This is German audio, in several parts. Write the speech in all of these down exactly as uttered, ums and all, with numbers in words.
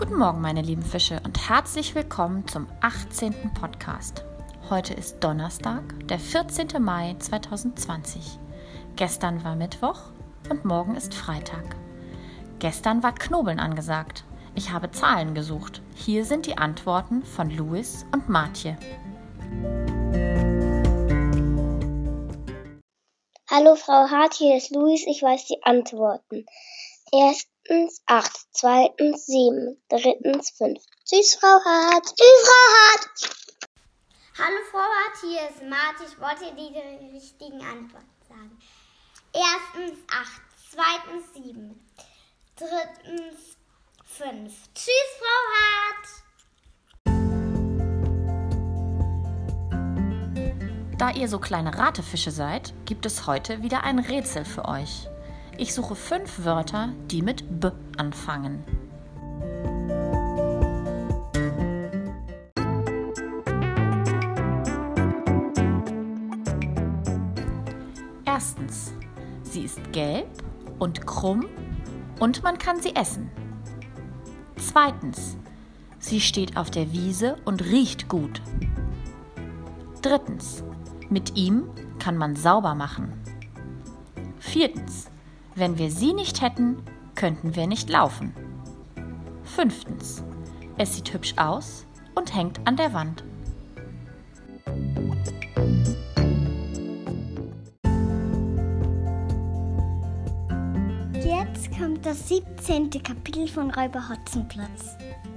Guten Morgen, meine lieben Fische, und herzlich willkommen zum achtzehnten Podcast. Heute ist Donnerstag, der vierzehnten Mai zweitausendzwanzig. Gestern war Mittwoch und morgen ist Freitag. Gestern war Knobeln angesagt. Ich habe Zahlen gesucht. Hier sind die Antworten von Louis und Martje. Hallo Frau Hart, hier ist Louis, ich weiß die Antworten. Erstens acht, zweitens sieben, drittens fünf. Tschüss Frau Hart. Tschüss Frau Hart. Hallo Frau Hart, hier ist Martin. Ich wollte die, die richtigen Antworten sagen. Erstens acht, zweitens sieben, drittens fünf. Tschüss Frau Hart. Da ihr so kleine Ratefische seid, gibt es heute wieder ein Rätsel für euch. Ich suche fünf Wörter, die mit B anfangen. Erstens, sie ist gelb und krumm und man kann sie essen. Zweitens, sie steht auf der Wiese und riecht gut. Drittens, mit ihm kann man sauber machen. Viertens, wenn wir sie nicht hätten, könnten wir nicht laufen. Fünftens, es sieht hübsch aus und hängt an der Wand. Jetzt kommt das siebzehnte Kapitel von Räuber Hotzenplotz.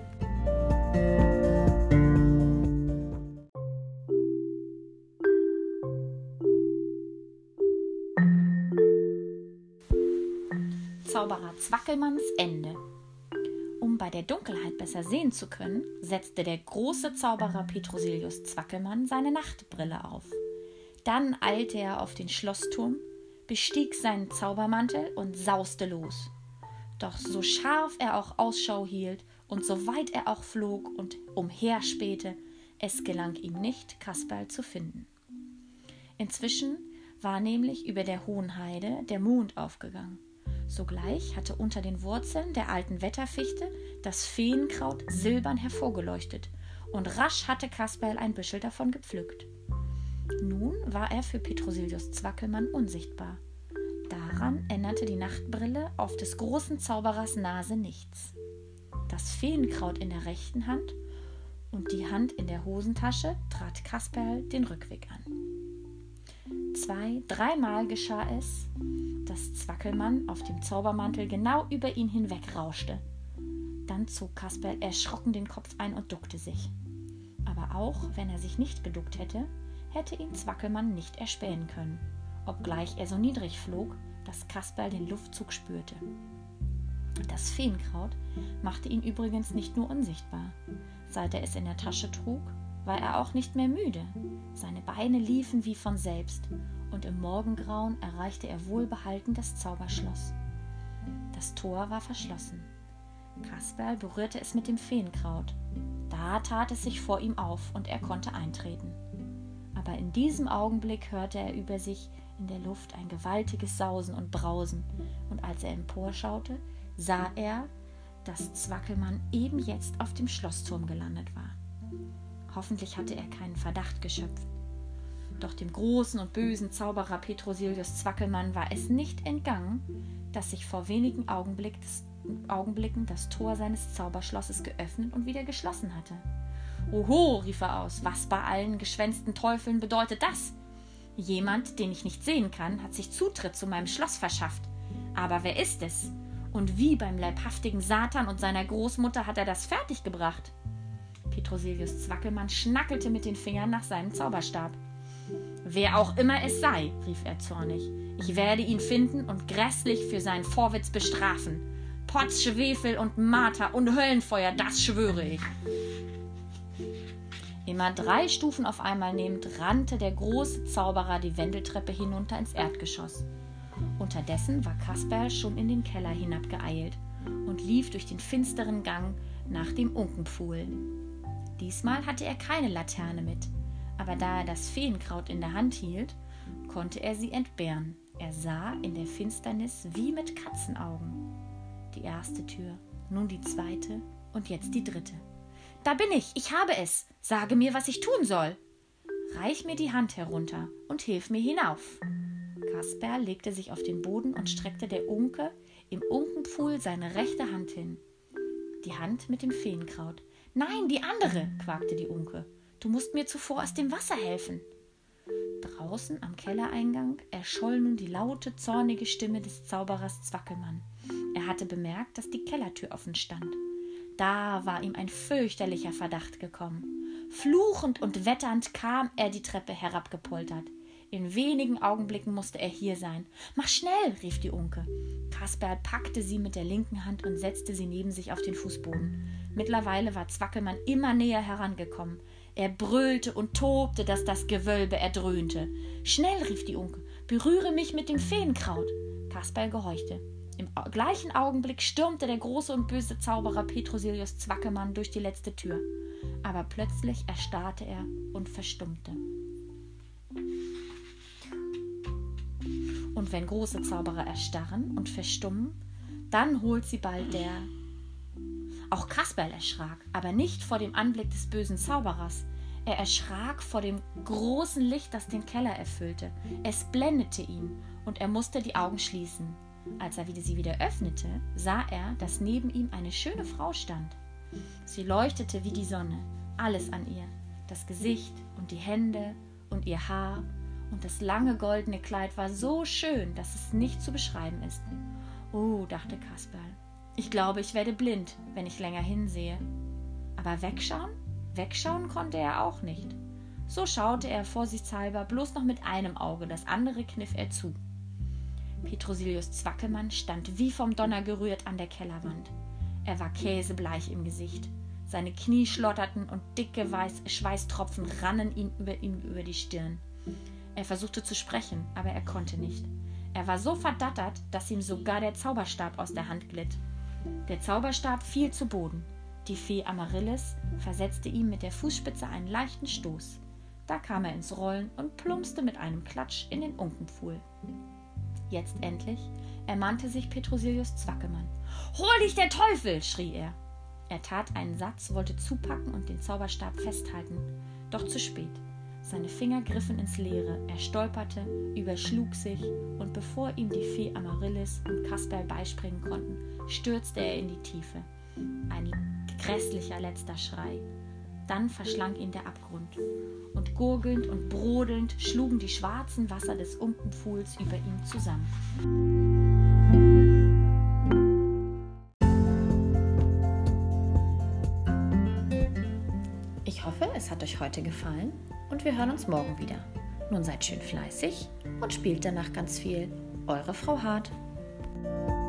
Zauberer Zwackelmanns Ende. Um bei der Dunkelheit besser sehen zu können, setzte der große Zauberer Petrosilius Zwackelmann seine Nachtbrille auf. Dann eilte er auf den Schlossturm, bestieg seinen Zaubermantel und sauste los. Doch so scharf er auch Ausschau hielt und so weit er auch flog und umherspähte, es gelang ihm nicht, Kasperl zu finden. Inzwischen war nämlich über der hohen Heide der Mond aufgegangen. Sogleich hatte unter den Wurzeln der alten Wetterfichte das Feenkraut silbern hervorgeleuchtet, und rasch hatte Kasperl ein Büschel davon gepflückt. Nun war er für Petrosilius Zwackelmann unsichtbar. Daran änderte die Nachtbrille auf des großen Zauberers Nase nichts. Das Feenkraut in der rechten Hand und die Hand in der Hosentasche trat Kasperl den Rückweg an. Zwei, dreimal geschah es, dass Zwackelmann auf dem Zaubermantel genau über ihn hinweg rauschte. Dann zog Kasperl erschrocken den Kopf ein und duckte sich. Aber auch wenn er sich nicht geduckt hätte, hätte ihn Zwackelmann nicht erspähen können, obgleich er so niedrig flog, dass Kasperl den Luftzug spürte. Das Feenkraut machte ihn übrigens nicht nur unsichtbar. Seit er es in der Tasche trug, war er auch nicht mehr müde. Seine Beine liefen wie von selbst, und im Morgengrauen erreichte er wohlbehalten das Zauberschloss. Das Tor war verschlossen. Kasperl berührte es mit dem Feenkraut. Da tat es sich vor ihm auf, und er konnte eintreten. Aber in diesem Augenblick hörte er über sich in der Luft ein gewaltiges Sausen und Brausen, und als er emporschaute, sah er, dass Zwackelmann eben jetzt auf dem Schlossturm gelandet war. Hoffentlich hatte er keinen Verdacht geschöpft. Doch dem großen und bösen Zauberer Petrosilius Zwackelmann war es nicht entgangen, dass sich vor wenigen Augenblick des, Augenblicken das Tor seines Zauberschlosses geöffnet und wieder geschlossen hatte. »Oho«, rief er aus, »was bei allen geschwänzten Teufeln bedeutet das? Jemand, den ich nicht sehen kann, hat sich Zutritt zu meinem Schloss verschafft. Aber wer ist es? Und wie beim leibhaftigen Satan und seiner Großmutter hat er das fertiggebracht?« Petrosilius Zwackelmann schnackelte mit den Fingern nach seinem Zauberstab. »Wer auch immer es sei«, rief er zornig, »ich werde ihn finden und grässlich für seinen Vorwitz bestrafen. Potz, Schwefel und Marter und Höllenfeuer, das schwöre ich.« Immer drei Stufen auf einmal nehmend rannte der große Zauberer die Wendeltreppe hinunter ins Erdgeschoss. Unterdessen war Kasperl schon in den Keller hinabgeeilt und lief durch den finsteren Gang nach dem Unkenpfuhl. Diesmal hatte er keine Laterne mit, aber da er das Feenkraut in der Hand hielt, konnte er sie entbehren. Er sah in der Finsternis wie mit Katzenaugen. Die erste Tür, nun die zweite Und jetzt die dritte. »Da bin ich, ich habe es. Sage mir, was ich tun soll.« »Reich mir die Hand herunter und hilf mir hinauf.« Kasperl legte sich auf den Boden und streckte der Unke im Unkenpfuhl seine rechte Hand hin. Die Hand mit dem Feenkraut. »Nein, die andere«, quakte die Unke. »Du musst mir zuvor aus dem Wasser helfen.« Draußen am Kellereingang erscholl nun die laute, zornige Stimme des Zauberers Zwackelmann. Er hatte bemerkt, dass die Kellertür offen stand. Da war ihm ein fürchterlicher Verdacht gekommen. Fluchend und wetternd kam er die Treppe herabgepoltert. In wenigen Augenblicken musste er hier sein. »Mach schnell«, rief die Unke. Kasperl packte sie mit der linken Hand und setzte sie neben sich auf den Fußboden. Mittlerweile war Zwackelmann immer näher herangekommen. Er brüllte und tobte, dass das Gewölbe erdröhnte. »Schnell«, rief die Unke, »berühre mich mit dem Feenkraut.« Kasperl gehorchte. Im gleichen Augenblick stürmte der große und böse Zauberer Petrosilius Zwackelmann durch die letzte Tür. Aber plötzlich erstarrte er und verstummte. Und wenn große Zauberer erstarren und verstummen, dann holt sie bald der... Auch Kasperl erschrak, aber nicht vor dem Anblick des bösen Zauberers. Er erschrak vor dem großen Licht, das den Keller erfüllte. Es blendete ihn und er musste die Augen schließen. Als er sie wieder öffnete, sah er, dass neben ihm eine schöne Frau stand. Sie leuchtete wie die Sonne, alles an ihr, das Gesicht und die Hände und ihr Haar, und das lange goldene Kleid war so schön, dass es nicht zu beschreiben ist. »Oh«, dachte Kasperl, »ich glaube, ich werde blind, wenn ich länger hinsehe.« Aber wegschauen? Wegschauen konnte er auch nicht. So schaute er vorsichtshalber bloß noch mit einem Auge, das andere kniff er zu. Petrosilius Zwackelmann stand wie vom Donner gerührt an der Kellerwand. Er war käsebleich im Gesicht. Seine Knie schlotterten und dicke Weiß- Schweißtropfen rannen ihm über, ihm über die Stirn. Er versuchte zu sprechen, aber er konnte nicht. Er war so verdattert, dass ihm sogar der Zauberstab aus der Hand glitt. Der Zauberstab fiel zu Boden. Die Fee Amaryllis versetzte ihm mit der Fußspitze einen leichten Stoß. Da kam er ins Rollen und plumpste mit einem Klatsch in den Unkenpfuhl. Jetzt endlich ermannte sich Petrosilius Zwackelmann. »Hol dich der Teufel«, schrie er. Er tat einen Satz, wollte zupacken und den Zauberstab festhalten. Doch zu spät. Seine Finger griffen ins Leere, er stolperte, überschlug sich, und bevor ihm die Fee Amaryllis und Kasperl beispringen konnten, stürzte er in die Tiefe. Ein grässlicher letzter Schrei. Dann verschlang ihn der Abgrund. Und gurgelnd und brodelnd schlugen die schwarzen Wasser des Unkenpfuhls über ihm zusammen. Ich hoffe, es hat euch heute gefallen und wir hören uns morgen wieder. Nun seid schön fleißig und spielt danach ganz viel. Eure Frau Hart.